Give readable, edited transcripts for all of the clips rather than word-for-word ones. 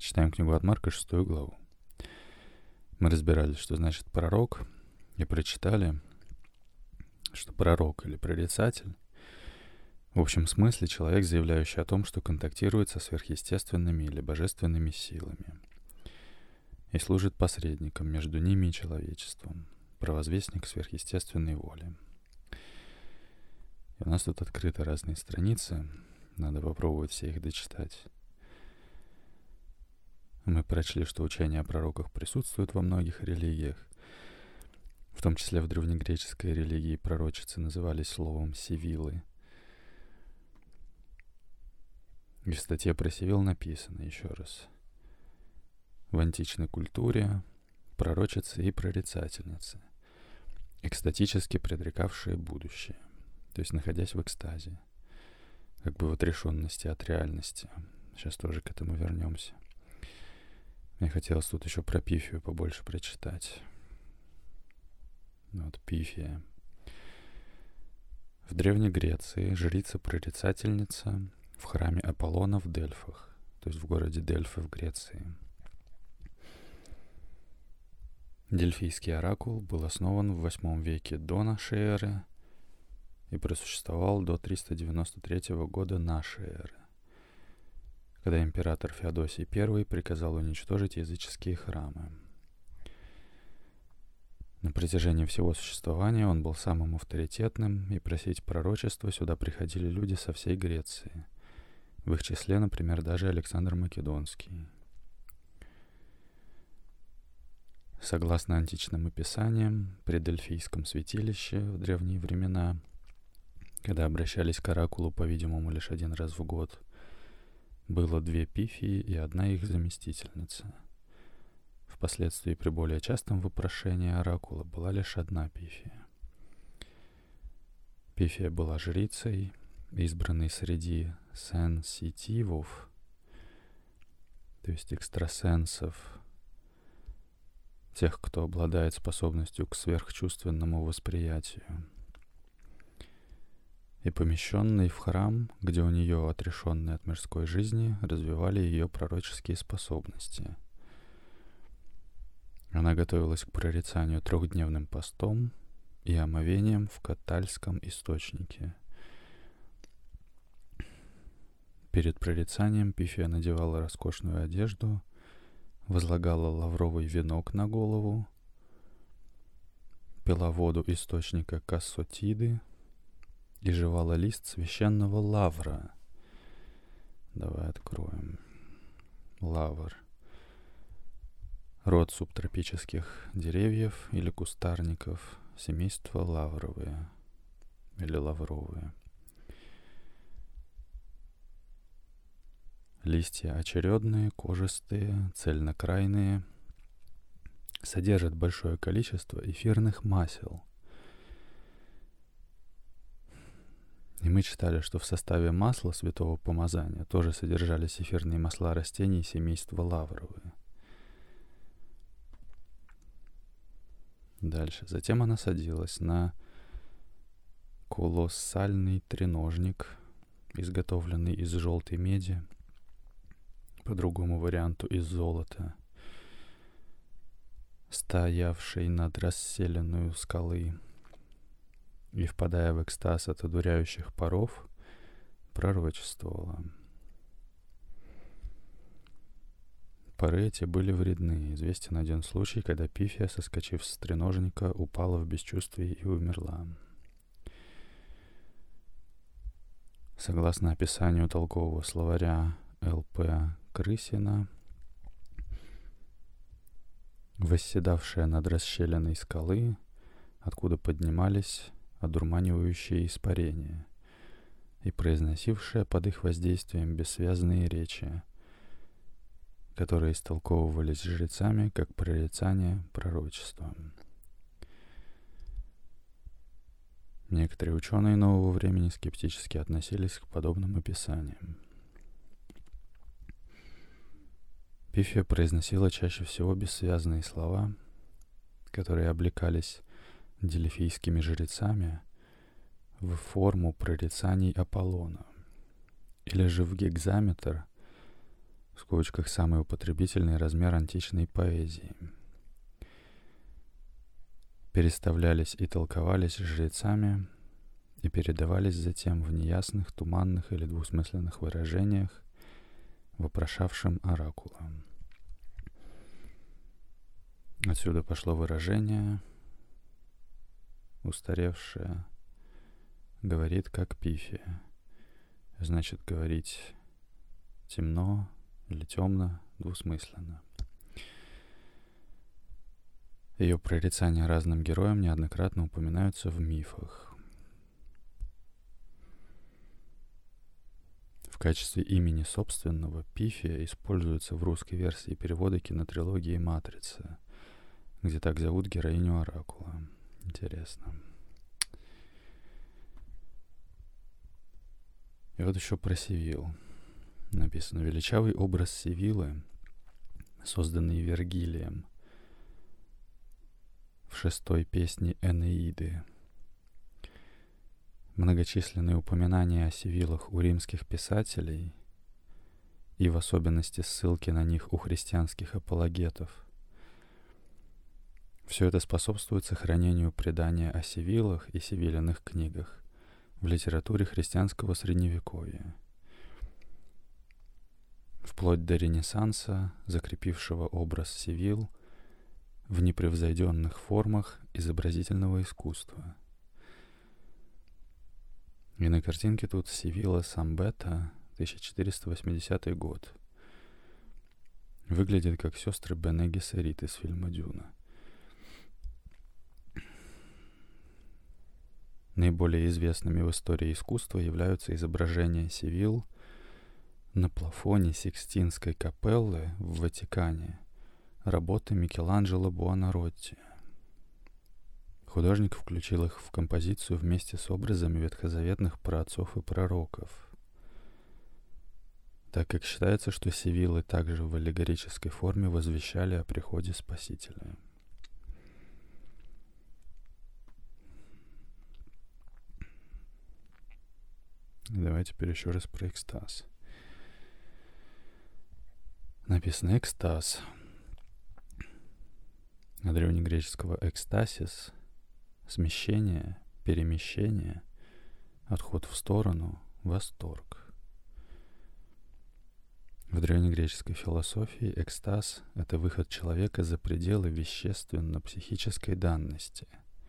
Читаем книгу от Марка, 6 главу. Мы разбирали, что значит пророк, и прочитали, что пророк или прорицатель в общем смысле человек, заявляющий о том, что контактирует со сверхъестественными или божественными силами и служит посредником между ними и человечеством, провозвестник сверхъестественной воли. И у нас тут открыты разные страницы, надо попробовать все их дочитать. Мы прочли, что учение о пророках присутствует во многих религиях, в том числе в древнегреческой религии пророчицы назывались словом «сивилы». И в статье про Сивил написано еще раз. В античной культуре пророчицы и прорицательницы, экстатически предрекавшие будущее, то есть находясь в экстазе, как бы в отрешенности от реальности. Сейчас тоже к этому вернемся. Мне хотелось тут еще про Пифию побольше прочитать. Вот Пифия. В Древней Греции жрица-прорицательница в храме Аполлона в Дельфах, то есть в городе Дельфы в Греции. Дельфийский оракул был основан в 8 веке до нашей эры и просуществовал до 393 года нашей эры, когда император Феодосий I приказал уничтожить языческие храмы. На протяжении всего существования он был самым авторитетным, и просить пророчества сюда приходили люди со всей Греции. В их числе, например, даже Александр Македонский. Согласно античным описаниям, при Дельфийском святилище в древние времена, когда обращались к оракулу, по-видимому, лишь один раз в год, было 2 Пифии и 1 их заместительница. Впоследствии при более частом вопрошении оракула была лишь 1 Пифия. Пифия была жрицей, избранной среди сенситивов, то есть экстрасенсов, тех, кто обладает способностью к сверхчувственному восприятию, и помещенной в храм, где у нее, отрешенной от мирской жизни, развивали ее пророческие способности. Она готовилась к прорицанию 3-дневным постом и омовением в Катальском источнике. Перед прорицанием Пифия надевала роскошную одежду, возлагала лавровый венок на голову, пила воду источника Кассотиды и жевала лист священного лавра. Давай откроем. Лавр. Род субтропических деревьев или кустарников, семейство лавровые или лавровые. Листья очередные, кожистые, цельнокрайные, содержат большое количество эфирных масел. И мы читали, что в составе масла святого помазания тоже содержались эфирные масла растений семейства лавровые. Дальше. Затем она садилась на колоссальный треножник, изготовленный из желтой меди, по другому варианту из золота, стоявший над расселенную скалы, и, впадая в экстаз от одуряющих паров, пророчествовала. Пары эти были вредны. Известен один случай, когда Пифия, соскочив с треножника, упала в бесчувствие и умерла. Согласно описанию толкового словаря Л.П. Крысина, восседавшая над расщелиной скалы, откуда поднимались одурманивающие испарения, и произносившая под их воздействием бессвязные речи, которые истолковывались жрецами как прорицание пророчества. Некоторые ученые нового времени скептически относились к подобным описаниям. Пифия произносила чаще всего бессвязные слова, которые облекались делифийскими жрецами в форму прорицаний Аполлона, или же в гекзаметр, в скобочках самый употребительный размер античной поэзии, переставлялись и толковались жрецами и передавались затем в неясных, туманных или двусмысленных выражениях, вопрошавшим оракула. Отсюда пошло выражение, устаревшее, говорит как Пифия. Значит, говорить темно или темно, двусмысленно. Ее прорицания разным героям неоднократно упоминаются в мифах. В качестве имени собственного Пифия используется в русской версии перевода кинотрилогии «Матрица», где так зовут героиню оракула. Интересно. И вот еще про Севил. Написано: величавый образ Севилы, созданный Вергилием в 6-й песне Энеиды. Многочисленные упоминания о Севилах у римских писателей и в особенности ссылки на них у христианских апологетов. Все это способствует сохранению предания о Севилах и севилиных книгах в литературе христианского Средневековья, вплоть до Ренессанса, закрепившего образ Севил в непревзойденных формах изобразительного искусства. И на картинке тут Севилла Самбета, 1480 год. Выглядит как сестры Бене Гессерит из фильма «Дюна». Наиболее известными в истории искусства являются изображения Севилл на плафоне Сикстинской капеллы в Ватикане, работы Микеланджело Буонаротти. Художник включил их в композицию вместе с образами ветхозаветных праотцов и пророков, так как считается, что Севиллы также в аллегорической форме возвещали о приходе Спасителя. Давай теперь еще раз про экстаз. Написано «экстаз». От древнегреческого «экстасис» — смещение, перемещение, отход в сторону, восторг. В древнегреческой философии экстаз — это выход человека за пределы вещественно-психической данности.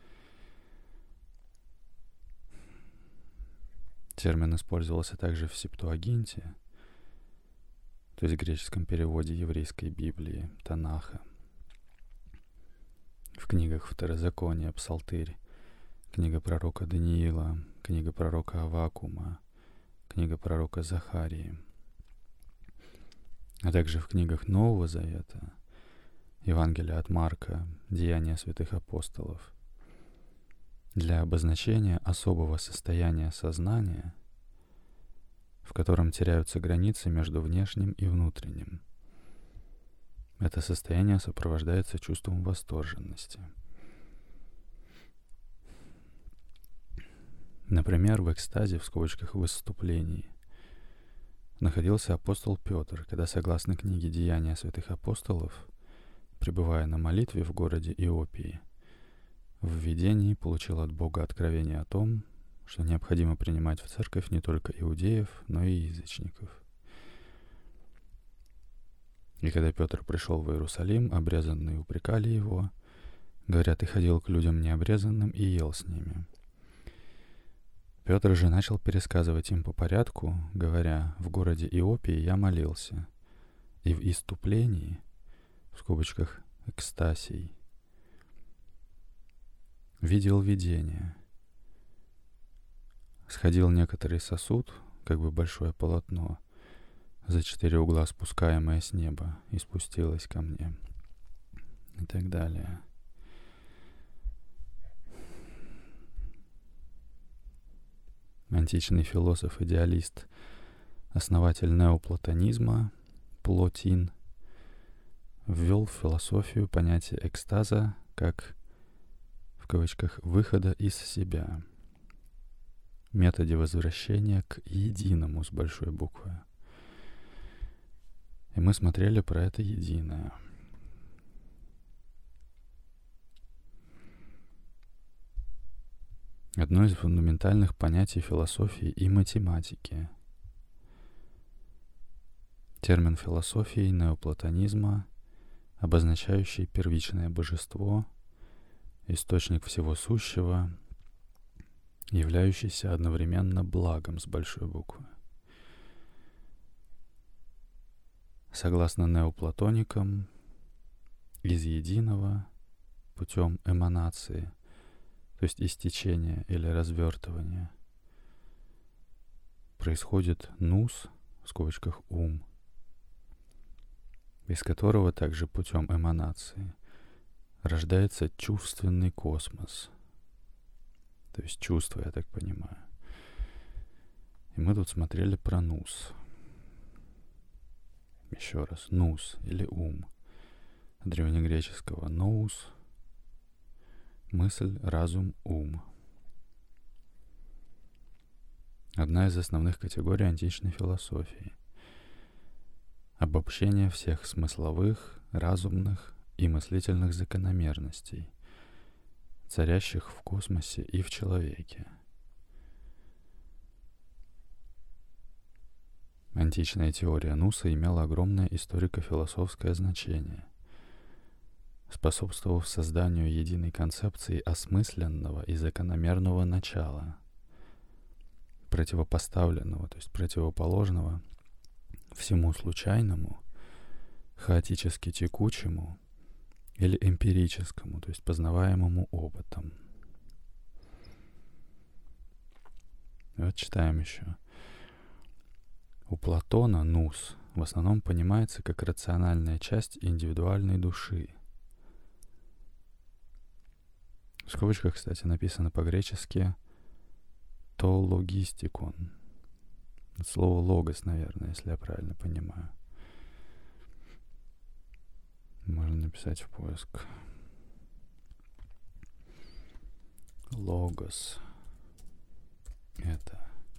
Термин использовался также в Септуагинте, то есть греческом переводе еврейской Библии, Танаха, в книгах Второзакония, Псалтырь, книга пророка Даниила, книга пророка Аввакума, книга пророка Захарии, а также в книгах Нового Завета, Евангелие от Марка, Деяния святых апостолов, для обозначения особого состояния сознания, в котором теряются границы между внешним и внутренним. Это состояние сопровождается чувством восторженности. Например, в экстазе, в скобочках «выступлении», находился апостол Петр, когда, согласно книге «Деяния святых апостолов», пребывая на молитве в городе Иопии, в видении получил от Бога откровение о том, что необходимо принимать в церковь не только иудеев, но и язычников. И когда Петр пришел в Иерусалим, обрезанные упрекали его, говоря: «Ты ходил к людям необрезанным и ел с ними». Петр же начал пересказывать им по порядку, говоря: «В городе Иопии я молился, и в исступлении, в скобочках экстасий, видел видение. Сходил некоторый сосуд, как бы большое полотно, за 4 угла спускаемое с неба, и спустилось ко мне». И так далее. Античный философ-идеалист, основатель неоплатонизма Плотин ввел в философию понятие экстаза как, в кавычках, «выхода из себя», методе возвращения к единому с большой буквы. И мы смотрели про это единое. Одно из фундаментальных понятий философии и математики. Термин философии неоплатонизма, обозначающий первичное божество, источник всего сущего, являющийся одновременно благом с большой буквы. Согласно неоплатоникам, из единого путем эманации, то есть истечения или развертывания, происходит нус, в скобочках ум, из которого также путем эманации рождается чувственный космос. То есть чувство, я так понимаю. И мы тут смотрели про нус. Еще раз. Нус или ум. От древнегреческого nous — мысль, разум, ум. Одна из основных категорий античной философии. Обобщение всех смысловых, разумных и мыслительных закономерностей, царящих в космосе и в человеке. Античная теория нуса имела огромное историко-философское значение, способствовав созданию единой концепции осмысленного и закономерного начала, противопоставленного, то есть противоположного всему случайному, хаотически текучему или эмпирическому, то есть познаваемому опытом. Вот читаем еще. У Платона нус в основном понимается как рациональная часть индивидуальной души. В скобочках, кстати, написано по-гречески «то логистикон». Слово «логос», наверное, если я правильно понимаю. Можно написать в поиск. Логос. Это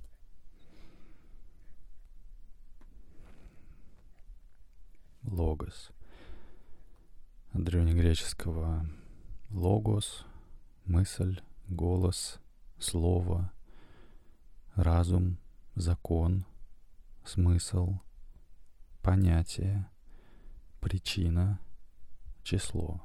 логос. От древнегреческого логос — мысль, голос, слово, разум, закон, смысл, понятие, причина, число.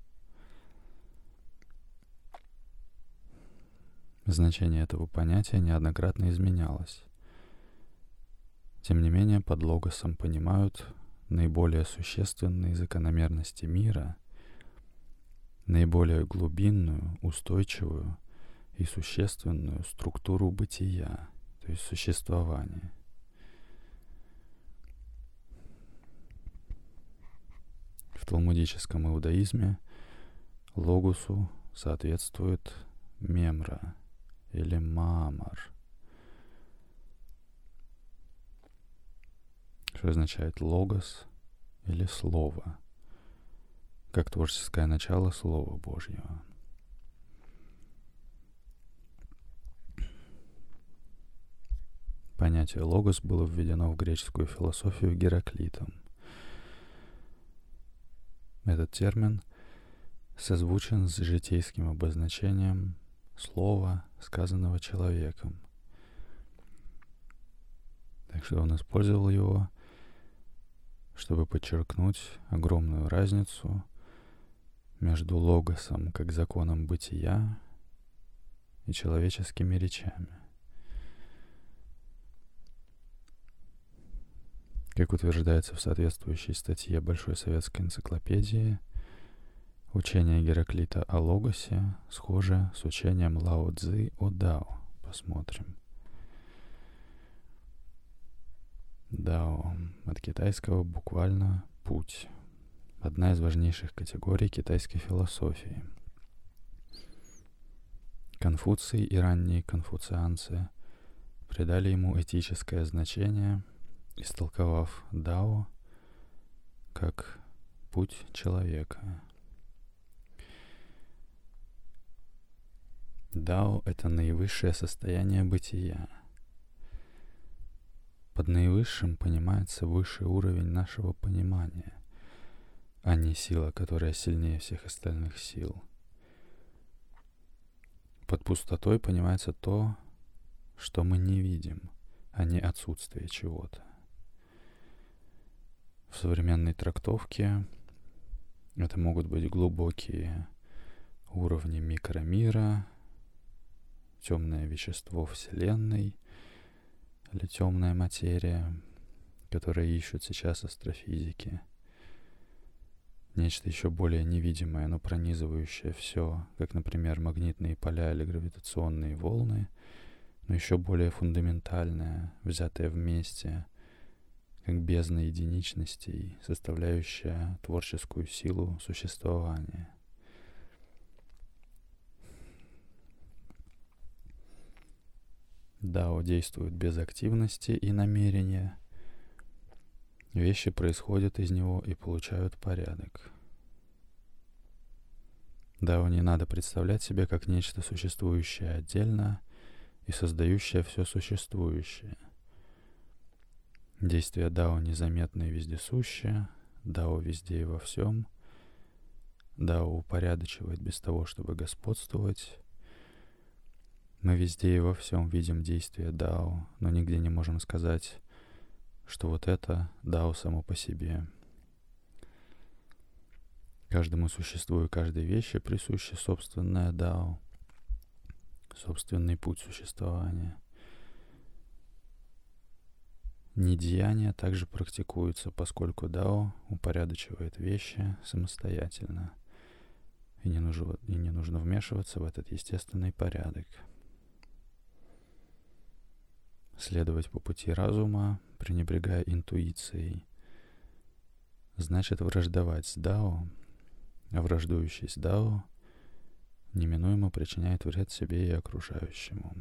Значение этого понятия неоднократно изменялось. Тем не менее, под логосом понимают наиболее существенные закономерности мира, наиболее глубинную, устойчивую и существенную структуру бытия, то есть существования. В талмудическом иудаизме логосу соответствует мемра или маамар, что означает логос или слово, как творческое начало Слова Божьего. Понятие логос было введено в греческую философию Гераклитом. Этот термин созвучен с житейским обозначением слова, сказанного человеком. Так что он использовал его, чтобы подчеркнуть огромную разницу между логосом как законом бытия и человеческими речами. Как утверждается в соответствующей статье Большой советской энциклопедии, учение Гераклита о логосе схоже с учением Лао Цзы о Дао. Посмотрим. Дао от китайского буквально «путь». Одна из важнейших категорий китайской философии. Конфуций и ранние конфуцианцы придали ему этическое значение, истолковав Дао как путь человека. Дао — это наивысшее состояние бытия. Под наивысшим понимается высший уровень нашего понимания, а не сила, которая сильнее всех остальных сил. Под пустотой понимается то, что мы не видим, а не отсутствие чего-то. В современной трактовке это могут быть глубокие уровни микромира, темное вещество Вселенной или темная материя, которые ищут сейчас астрофизики. Нечто еще более невидимое, но пронизывающее все, как, например, магнитные поля или гравитационные волны, но еще более фундаментальное, взятое вместе, как бездна единичностей, составляющая творческую силу существования. Дао действует без активности и намерения. Вещи происходят из него и получают порядок. Дао не надо представлять себе как нечто существующее отдельно и создающее все существующее. Действие Дао незаметно и вездесущее, Дао везде и во всем. Дао упорядочивает без того, чтобы господствовать. Мы везде и во всем видим действие Дао, но нигде не можем сказать, что вот это Дао само по себе. Каждому существу и каждой вещи присуще собственное Дао, собственный путь существования. Недеяние также практикуется, поскольку Дао упорядочивает вещи самостоятельно, и не нужно вмешиваться в этот естественный порядок. Следовать по пути разума, пренебрегая интуицией, значит враждовать с Дао, а враждующий с Дао неминуемо причиняет вред себе и окружающему.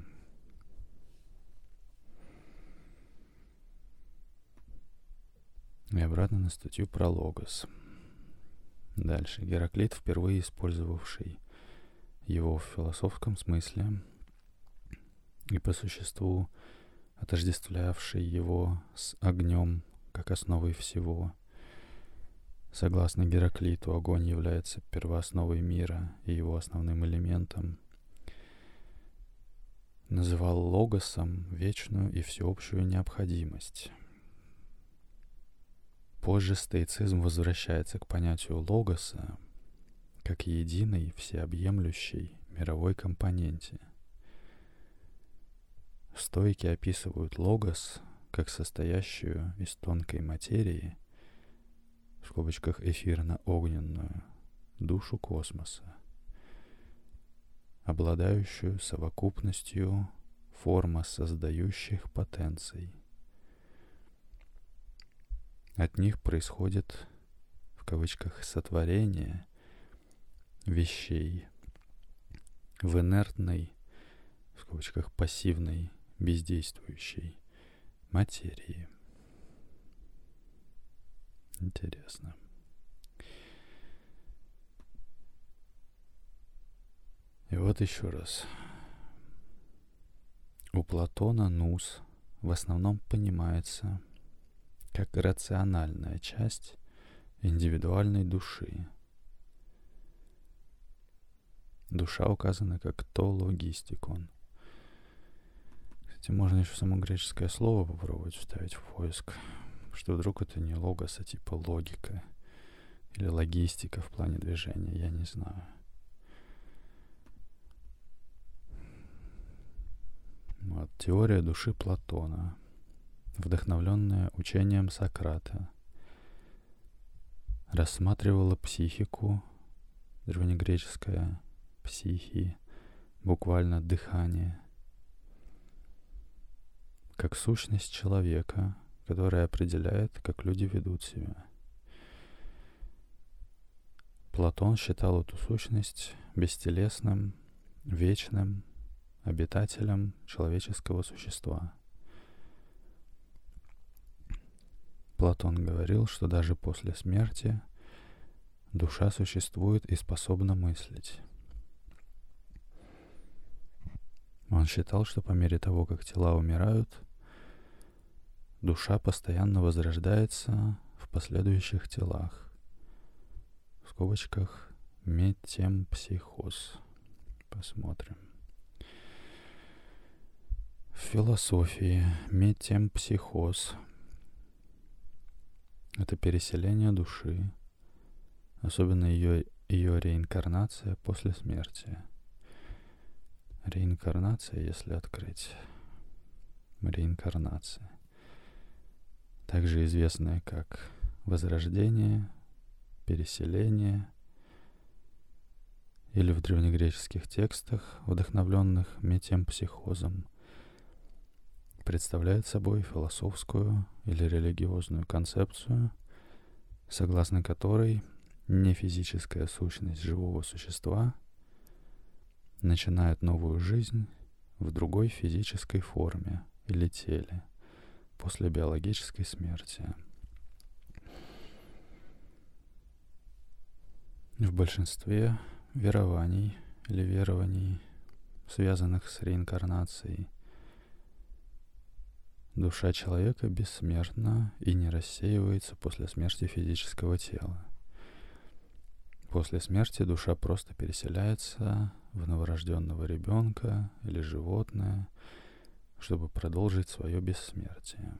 И обратно на статью про логос. Дальше. Гераклит, впервые использовавший его в философском смысле и по существу отождествлявший его с огнем как основой всего. Согласно Гераклиту, огонь является первоосновой мира и его основным элементом. Называл логосом вечную и всеобщую необходимость. Позже стоицизм возвращается к понятию логоса как единой, всеобъемлющей мировой компоненте. Стоики описывают логос как состоящую из тонкой материи, в скобочках эфирно-огненную, душу космоса, обладающую совокупностью формосоздающих потенций. От них происходит, в кавычках, сотворение вещей в инертной, в скобочках, пассивной, бездействующей материи. Интересно. И вот еще раз. У Платона nous в основном понимается как рациональная часть индивидуальной души. Душа указана как то логистикон. Кстати, можно еще само греческое слово попробовать вставить в поиск, что вдруг это не логос, а типа логика или логистика в плане движения, я не знаю. Вот, теория души Платона, вдохновленная учением Сократа, рассматривала психику, древнегреческое психи, буквально дыхание, как сущность человека, которая определяет, как люди ведут себя. Платон считал эту сущность бестелесным, вечным обитателем человеческого существа. Платон говорил, что даже после смерти душа существует и способна мыслить. Он считал, что по мере того, как тела умирают, душа постоянно возрождается в последующих телах. В скобочках метемпсихоз. Посмотрим. В философии метемпсихоз — это переселение души, особенно ее реинкарнация после смерти. Реинкарнация, если открыть. Реинкарнация, также известная как возрождение, переселение, или в древнегреческих текстах, вдохновленных метемпсихозом, представляет собой философскую или религиозную концепцию, согласно которой нефизическая сущность живого существа начинает новую жизнь в другой физической форме или теле после биологической смерти. В большинстве верований, связанных с реинкарнацией, душа человека бессмертна и не рассеивается после смерти физического тела. После смерти душа просто переселяется в новорожденного ребенка или животное, чтобы продолжить свое бессмертие.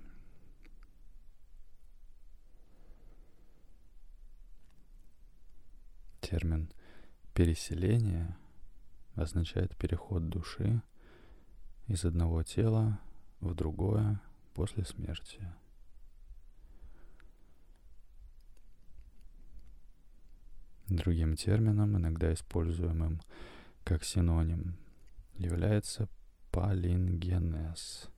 Термин «переселение» означает переход души из одного тела в другое после смерти. Другим термином, иногда используемым как синоним, является палингенез.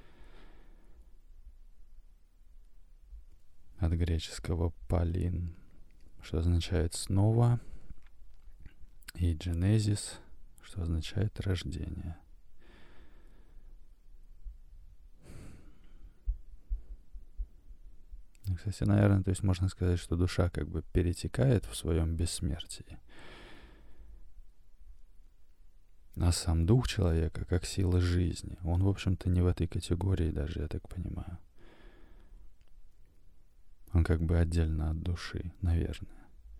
От греческого «палин», что означает «снова», и «генезис», что означает «рождение». Кстати, наверное, то есть можно сказать, что душа как бы перетекает в своем бессмертии, а сам дух человека, как сила жизни, он, в общем-то, не в этой категории даже, я так понимаю. Он как бы отдельно от души, наверное.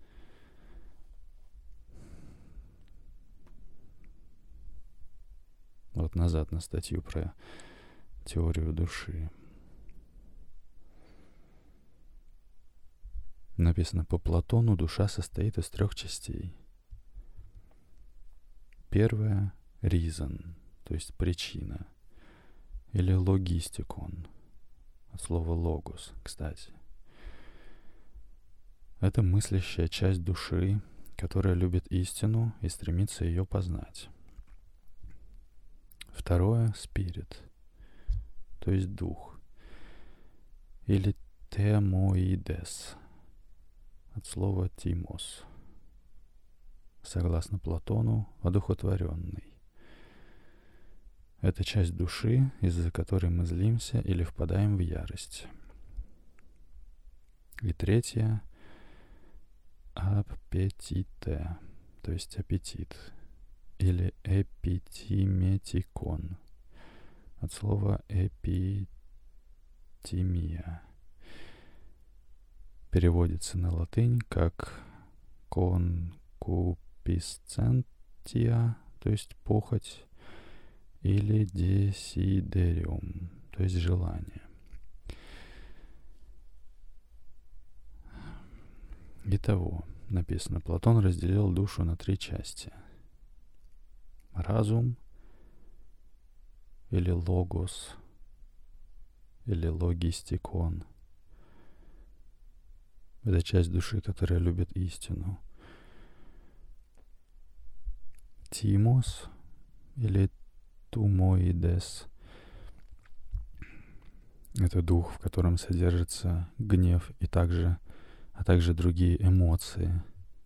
Вот назад на статью про теорию души. Написано: по Платону душа состоит из 3 частей. Первая — reason, то есть причина, или логистикон, от слова логос, кстати. Это мыслящая часть души, которая любит истину и стремится ее познать. Второе — spirit, то есть дух, или темоидес, от слова тимос, согласно Платону, одухотворенный. Это часть души, из-за которой мы злимся или впадаем в ярость. И третье — аппетите, то есть аппетит, или эпитиметикон, от слова эпитимия. Переводится на латынь как concupiscentia, то есть похоть, или desiderium, то есть желание. Итого, написано, Платон разделил душу на 3 части. Разум, или логос, или логистикон. Это часть души, которая любит истину. Тимос, или тумоидес. Это дух, в котором содержится гнев а также другие эмоции.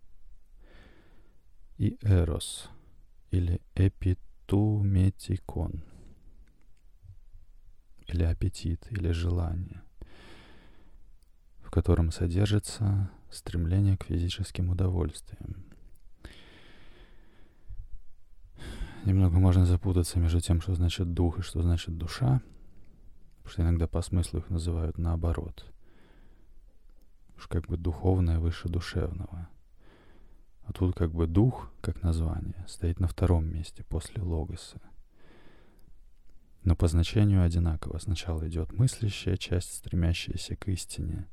И эрос, или эпитуметикон, или аппетит, или желание, в котором содержится стремление к физическим удовольствиям. Немного можно запутаться между тем, что значит дух и что значит душа. Потому что иногда по смыслу их называют наоборот. Уж как бы духовное выше душевного. А тут как бы дух, как название, стоит на втором месте после логоса. Но по значению одинаково. Сначала идет мыслящая часть, стремящаяся к истине.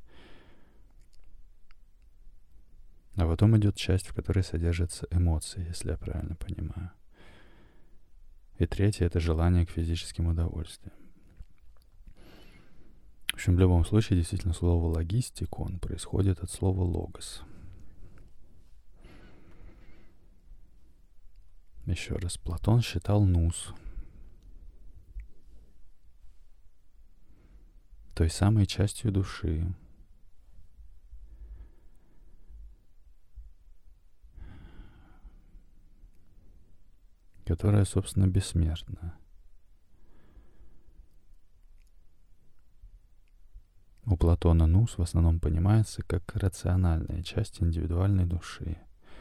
А потом идет часть, в которой содержатся эмоции, если я правильно понимаю. И третье — это желание к физическим удовольствиям. В общем, в любом случае, действительно, слово «логистикон» происходит от слова «логос». Еще раз, Платон считал nous той самой частью души, которая, собственно, бессмертна. У Платона nous в основном понимается как рациональная часть индивидуальной души.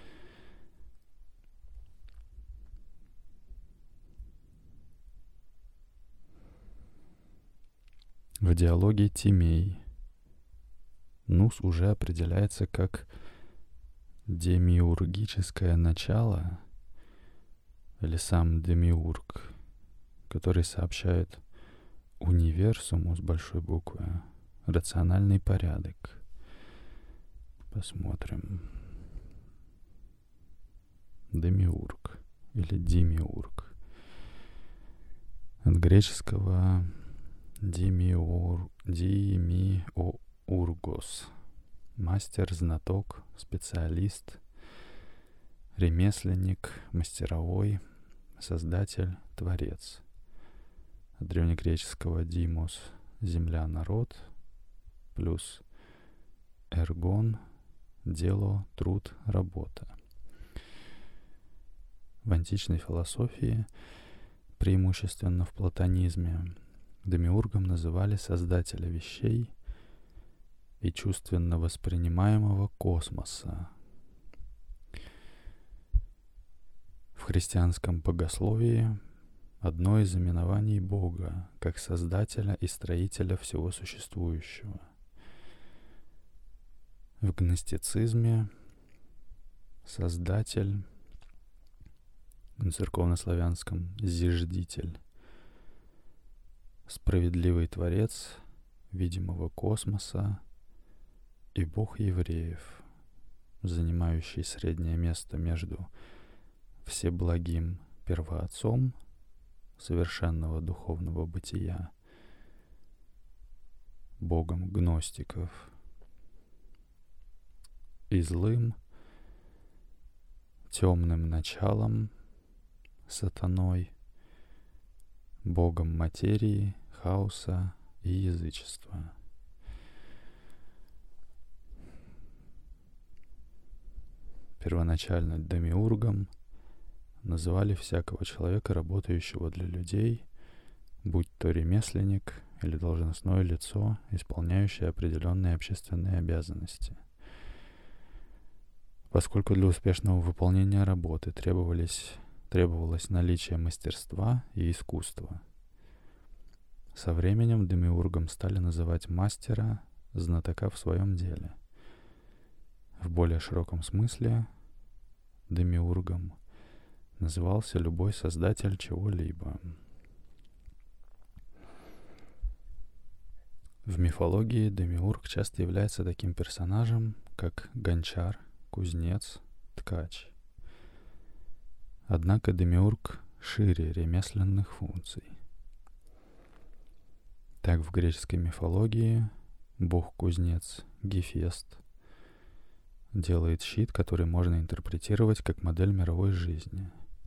В диалоге Тимей nous уже определяется как демиургическое начало или сам демиург, который сообщает универсуму с большой буквы рациональный порядок. Посмотрим. Демиург или демиург. От греческого демиургос. Мастер, знаток, специалист, ремесленник, мастеровой, создатель, творец. От древнегреческого димос — земля, народ, плюс эргон — дело, труд, работа. В античной философии, преимущественно в платонизме, демиургом называли создателя вещей и чувственно воспринимаемого космоса. В христианском богословии одно из именований Бога как создателя и строителя всего существующего. В гностицизме создатель, на церковнославянском зиждитель, справедливый творец видимого космоса и Бог евреев, занимающий среднее место между всеблагим первоотцом совершенного духовного бытия, Богом гностиков, и злым, темным началом, сатаной, Богом материи, хаоса и язычества. Первоначально демиургом называли всякого человека, работающего для людей, будь то ремесленник или должностное лицо, исполняющее определенные общественные обязанности. Поскольку для успешного выполнения работы требовалось наличие мастерства и искусства. Со временем демиургом стали называть мастера, знатока в своем деле. В более широком смысле демиургом назывался любой создатель чего-либо. В мифологии демиург часто является таким персонажем, как гончар, кузнец, ткач. Однако демиург шире ремесленных функций. Так в греческой мифологии бог-кузнец Гефест делает щит, который можно интерпретировать как модель мировой жизни.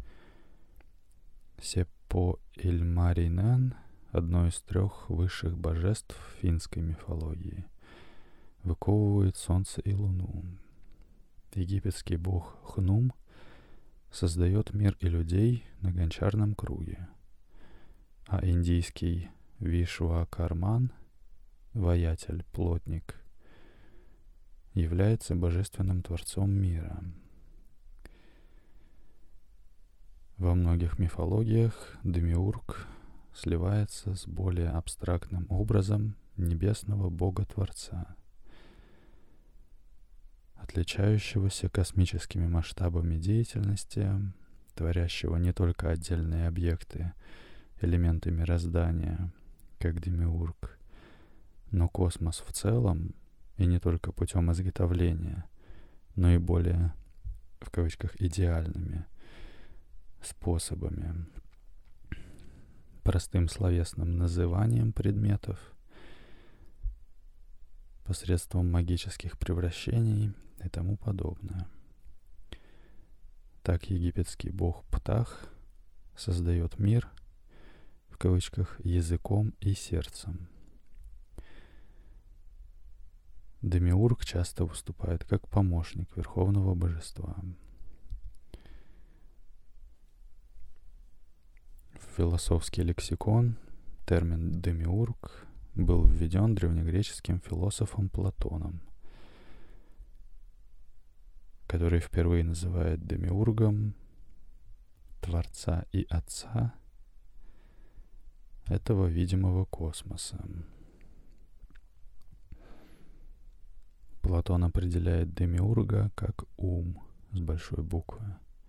Сеппо-Ильмаринен — одно из 3 высших божеств финской мифологии, выковывает солнце и луну. Египетский бог Хнум создает мир и людей на гончарном круге, а индийский Вишвакарман, воятель, плотник, является божественным творцом мира. Во многих мифологиях демиург сливается с более абстрактным образом небесного Бога-Творца, отличающегося космическими масштабами деятельности, творящего не только отдельные объекты, элементы мироздания, как демиург, но космос в целом, и не только путем изготовления, но и более, в кавычках, идеальными способами, простым словесным называнием предметов, посредством магических превращений и тому подобное. Так египетский бог Птах создает мир, в кавычках, языком и сердцем. Демиург часто выступает как помощник верховного божества. В философский лексикон термин «демиург» был введен древнегреческим философом Платоном, который впервые называет демиургом Творца и Отца этого видимого космоса. Платон определяет демиурга как ум с большой буквы,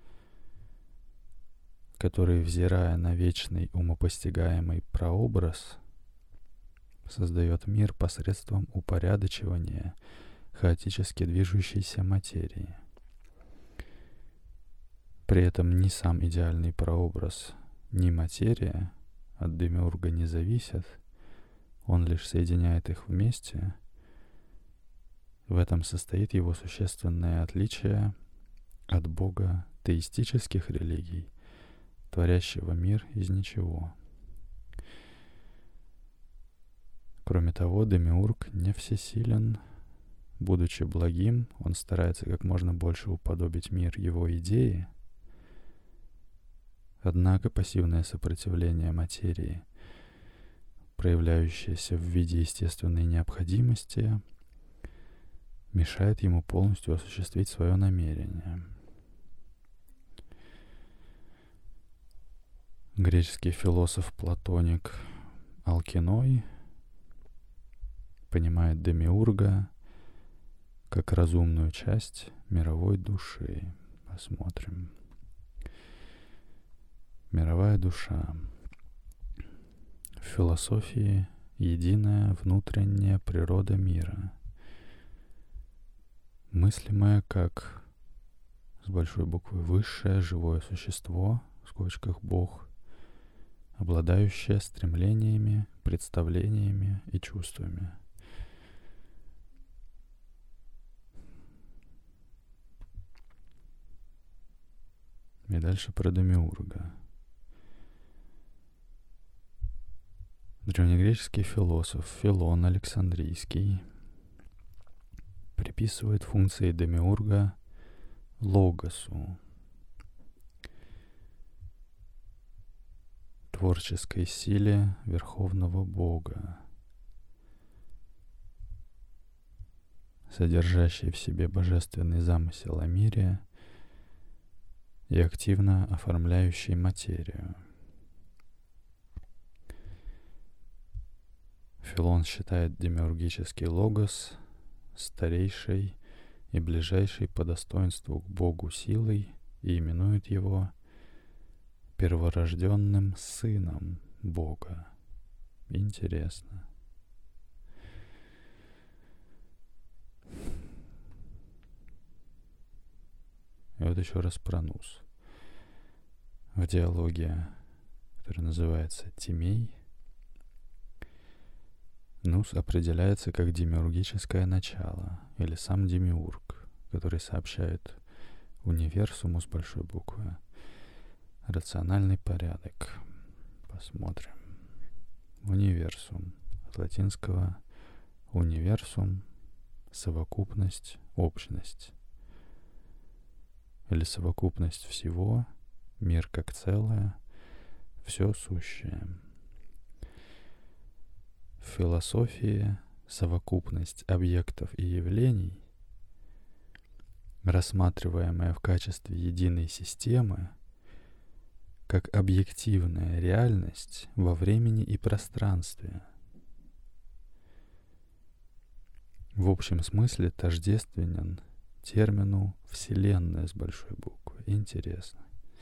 который, взирая на вечный умопостигаемый прообраз, создает мир посредством упорядочивания хаотически движущейся материи. При этом ни сам идеальный прообраз, ни материя от демиурга не зависят, он лишь соединяет их вместе. В этом состоит его существенное отличие от бога теистических религий, творящего мир из ничего. Кроме того, демиург не всесилен. Будучи благим, он старается как можно больше уподобить мир его идеи. Однако пассивное сопротивление материи, проявляющееся в виде естественной необходимости, мешает ему полностью осуществить свое намерение. Греческий философ-платоник Алкиной понимает демиурга как разумную часть мировой души. Посмотрим. Мировая душа. В философии единая внутренняя природа мира, мыслимое как, с большой буквы, высшее живое существо, в скобочках Бог, обладающее стремлениями, представлениями и чувствами. И дальше про демиурга. Древнегреческий философ Филон Александрийский приписывает функции демиурга логосу, творческой силе верховного бога, содержащей в себе божественный замысел о мире и активно оформляющей материю. Филон считает демиургический логос старейшей и ближайшей по достоинству к Богу силой и именует его перворожденным сыном Бога. Интересно. И вот еще раз про Нус. В диалоге, который называется «Тимей», Нус определяется как демиургическое начало, или сам демиург, который сообщает универсуму с большой буквы рациональный порядок. Посмотрим. Универсум. От латинского универсум — совокупность, общность. Или совокупность всего, мир как целое, все сущее. В философии совокупность объектов и явлений, рассматриваемая в качестве единой системы, как объективная реальность во времени и пространстве. В общем смысле тождественен термину «вселенная» с большой буквы. Интересно.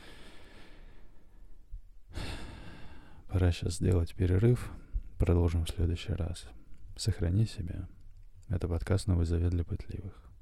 Пора сейчас сделать перерыв. Продолжим в следующий раз. Сохрани себя. Это подкаст «Новый завет для пытливых».